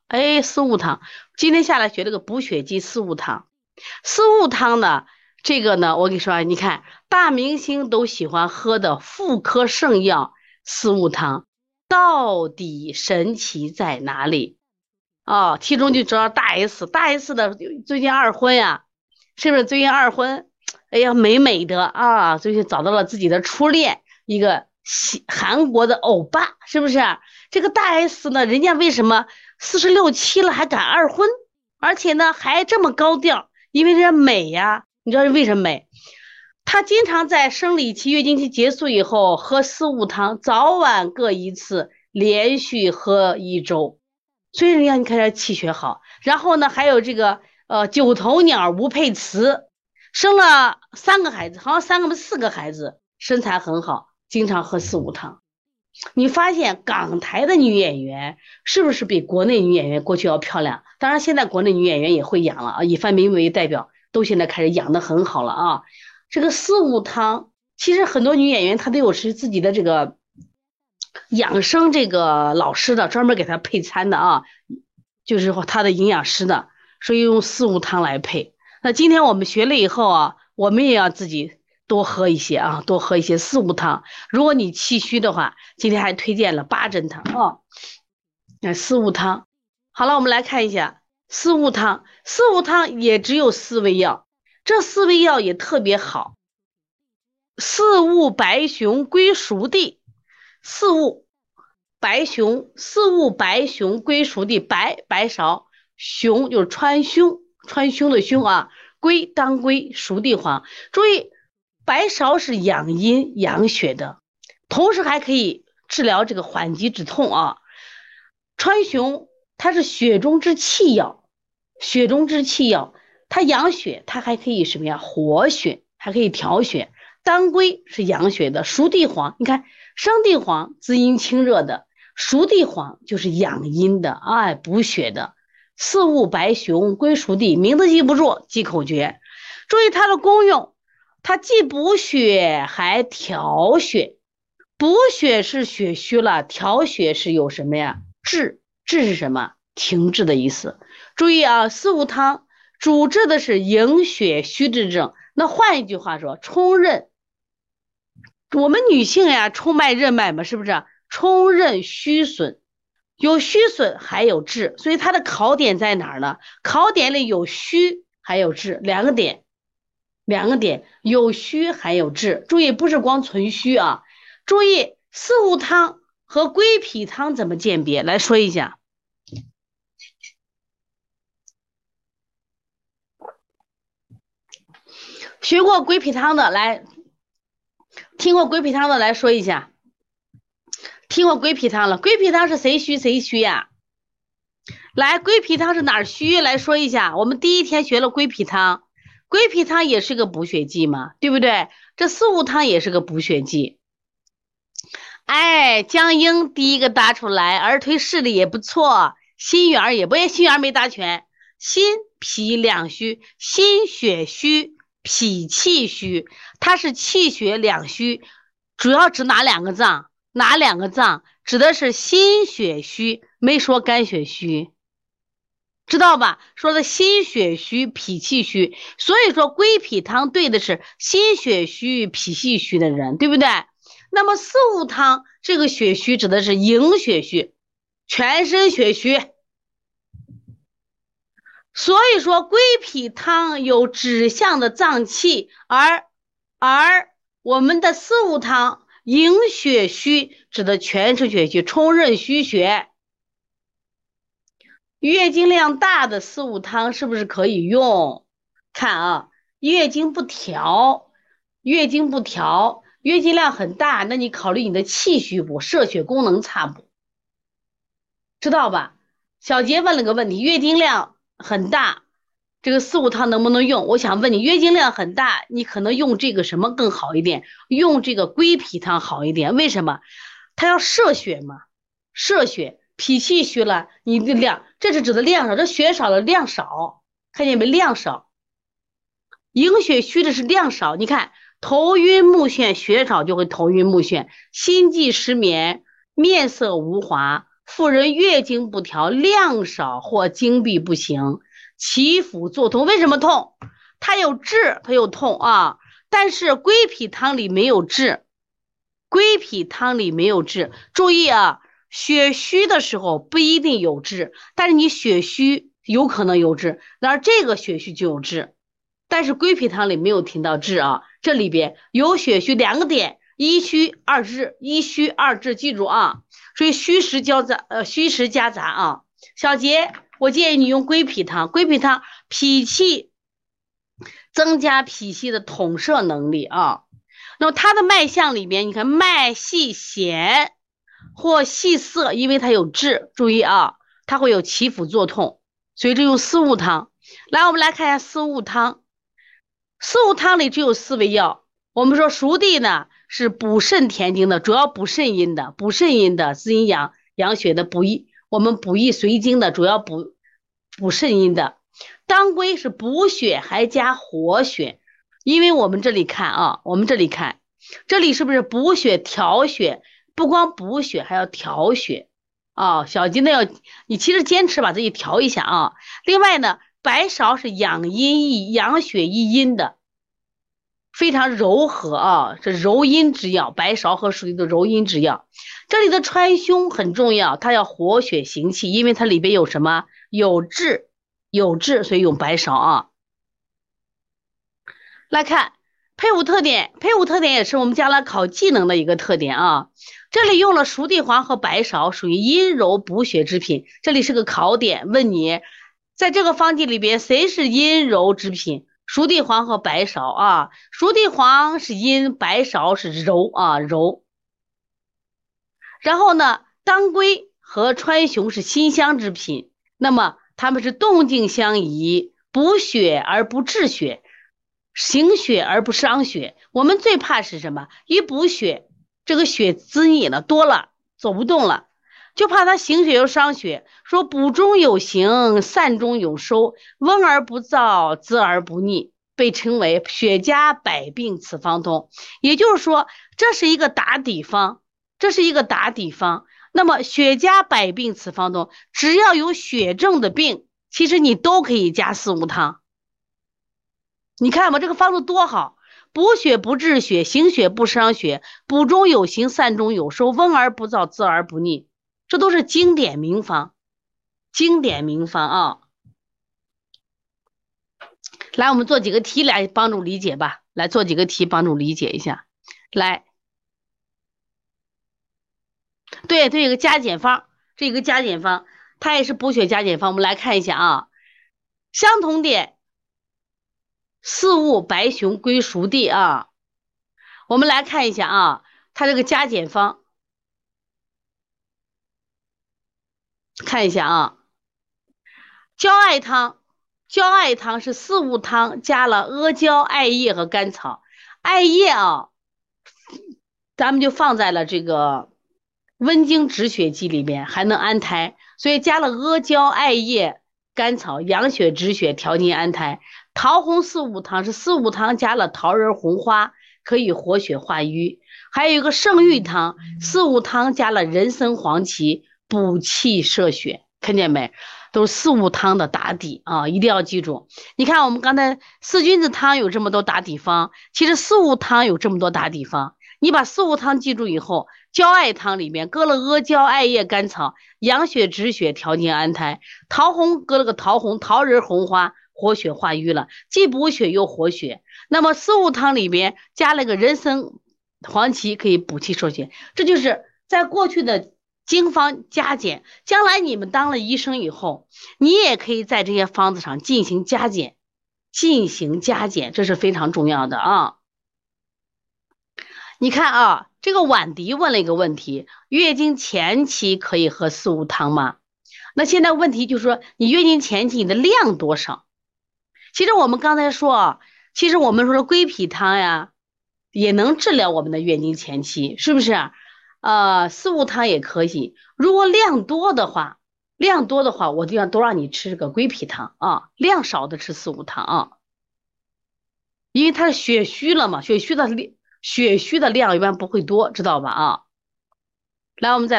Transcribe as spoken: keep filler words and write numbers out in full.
哎，四物汤，今天下来学这个补血鸡四物汤。四物汤呢，这个呢，我跟你说啊，你看大明星都喜欢喝的妇科圣药四物汤，到底神奇在哪里？哦，其中就知道大 S，大 S 的最近二婚呀、是不是最近二婚？哎呀，美美的啊，最近找到了自己的初恋，一个西韩国的欧巴，是不是？这个大 S 呢，人家为什么四十六七了还敢二婚，而且呢还这么高调？因为人家美呀，你知道是为什么美？她经常在生理期、月经期结束以后喝四物汤，早晚各一次，连续喝一周，所以人家你看这气血好。然后呢，还有这个呃九头鸟吴佩慈，生了三个孩子，好像三个四个孩子，身材很好，经常喝四物汤。你发现港台的女演员是不是比国内女演员过去要漂亮？当然，现在国内女演员也会养了啊，以范冰冰为代表，都现在开始养的很好了啊。这个四物汤，其实很多女演员她都有是自己的这个养生这个老师的，专门给她配餐的啊，就是她的营养师的，所以用四物汤来配。那今天我们学了以后啊，我们也要自己多喝一些啊，多喝一些四物汤。如果你气虚的话，今天还推荐了八珍汤啊，那四物汤。好了，我们来看一下四物汤。四物汤也只有四味药，这四味药也特别好。四物白熊归属地，四物白熊，四物白熊归属地，白白芍，熊就是川芎，川芎的芎啊，归当归，熟地黄。注意，白芍是养阴养血的，同时还可以治疗这个缓急止痛啊。川芎它是血中之气药，血中之气药，它养血，它还可以什么呀？活血，还可以调血。当归是养血的，熟地黄，你看生地黄滋阴清热的，熟地黄就是养阴的，哎，补血的。四物白熊归属地，名字记不住，记口诀。注意它的功用，它既补血还调血。补血是血虚了，调血是有什么呀？治，治是什么？停滞的意思。注意啊，四物汤主治的是营血虚滞症。那换一句话说，冲任，我们女性呀，冲脉任脉嘛，是不是？冲任虚损，有虚损还有滞，所以它的考点在哪儿呢？考点里有虚还有滞，两个点，两个点，有虚还有滞。注意，不是光存虚啊。注意，四物汤和归脾汤怎么鉴别？来说一下。学过归脾汤的来，听过归脾汤的来说一下。听过归脾汤了，归脾汤是谁虚谁虚呀？来，归脾汤是哪儿虚？来说一下。我们第一天学了归脾汤，归脾汤也是个补血剂嘛，对不对？这四物汤也是个补血剂。哎，江英第一个答出来，儿推视力也不错，心源也不，心源没答全。心脾两虚，心血虚，脾气虚，它是气血两虚，主要指哪两个脏？哪两个脏？指的是心血虚，没说肝血虚，知道吧？说的心血虚，脾气虚，所以说归脾汤对的是心血虚、脾气虚的人，对不对？那么四物汤这个血虚指的是营血虚，全身血虚。所以说归脾汤有指向的脏器，而而我们的四物汤营血虚指的全身血虚，冲任虚血。月经量大的四物汤是不是可以用？看啊，月经不调，月经不调，月经量很大，那你考虑你的气虚不？摄血功能差不？知道吧？小杰问了个问题，月经量很大，这个四物汤能不能用？我想问你，月经量很大，你可能用这个什么更好一点？用这个归脾汤好一点。为什么？它要摄血嘛，摄血，脾气虚了，你的量，这是指的量少，这血少了，量少，看见没？量少，营血虚的是量少。你看，头晕目眩，血少就会头晕目眩，心悸失眠，面色无华， 妇人月经不调，量少或经闭不行，其腹作痛。为什么痛？它有治，它有痛啊。但是归脾汤里没有治，归脾汤里没有治。注意啊，血虚的时候不一定有治，但是你血虚有可能有治，然而这个血虚就有治。但是归脾汤里没有提到治啊，这里边有血虚两个点，一虚二滞，一虚二滞，记住啊。所以虚实交杂，呃，虚实夹杂啊。小杰，我建议你用归脾汤，归脾汤脾气增加脾气的统摄能力啊。那么它的脉象里边，你看脉细弦或细涩，因为它有滞，注意啊，它会有起腹作痛，所以这用四物汤。来，我们来看一下四物汤。四物汤里只有四味药。我们说熟地呢是补肾填精的，主要补肾阴的，补肾阴的，滋阴养养血的，补益我们补益髓精的，主要补补肾阴的。当归是补血还加活血，因为我们这里看啊，我们这里看，这里是不是补血调血？不光补血，还要调血啊。小鸡呢要你其实坚持把自己调一下啊。另外呢，白芍是养阴益养血益阴的，非常柔和啊，这柔阴之药，白芍和属于的柔阴之药。这里的川芎很重要，它要活血行气，因为它里边有什么？有滞，有滞，所以用白芍啊。来看配伍特点，配伍特点也是我们将来考技能的一个特点啊。这里用了熟地黄和白芍，属于阴柔补血之品。这里是个考点，问你，在这个方剂里边，谁是阴柔之品？熟地黄和白芍啊，熟地黄是阴，白芍是柔啊柔。然后呢，当归和川芎是辛香之品，那么它们是动静相宜，补血而不滞血，行血而不伤血。我们最怕是什么？一补血，这个血滋腻了多了，走不动了，就怕它行血又伤血。说补中有行，散中有收，温而不燥，滋而不腻，被称为血家百病此方通。也就是说，这是一个打底方，这是一个打底方。那么血家百病此方通，只要有血症的病，其实你都可以加四物汤。你看吧，这个方子多好，补血不滞血，行血不伤血，补中有行，散中有收，温而不燥，滋而不腻，这都是经典名方，经典名方啊。来，我们做几个题来帮助理解吧，来做几个题帮助理解一下。来，对，这有个加减方，这有个加减方，它也是补血加减方。我们来看一下啊，相同点，四物白熊归熟地啊。我们来看一下啊，它这个加减方，看一下啊，焦艾汤，焦艾汤是四物汤加了阿胶、艾叶和甘草。艾叶啊，咱们就放在了这个温经止血剂里面，还能安胎，所以加了阿胶、艾叶、甘草，养血止血，调经安胎。桃红四物汤是四物汤加了桃仁、红花，可以活血化瘀。还有一个圣玉汤，四物汤加了人参、黄芪，补气摄血，看见没？都是四物汤的打底啊，一定要记住。你看我们刚才四君子汤有这么多打底方，其实四物汤有这么多打底方。你把四物汤记住以后，焦艾汤里面搁了阿胶、艾叶、甘草，养血止血，调经安胎。桃红搁了个桃红、桃仁、红花，活血化瘀了，既补血又活血。那么四物汤里边加了个人参、黄芪，可以补气摄血。这就是在过去的经方加减，将来你们当了医生以后，你也可以在这些方子上进行加减，进行加减，这是非常重要的啊。你看啊，这个婉迪问了一个问题，月经前期可以喝四物汤吗？那现在问题就是说，你月经前期你的量多少？其实我们刚才说啊，其实我们说的归脾汤呀，也能治疗我们的月经前期，是不是？呃，四物汤也可以。如果量多的话，量多的话，我就让都让你吃这个归脾汤啊，量少的吃四物汤啊，因为它是血虚了嘛，血虚的血虚的量一般不会多，知道吧？啊，来，我们再。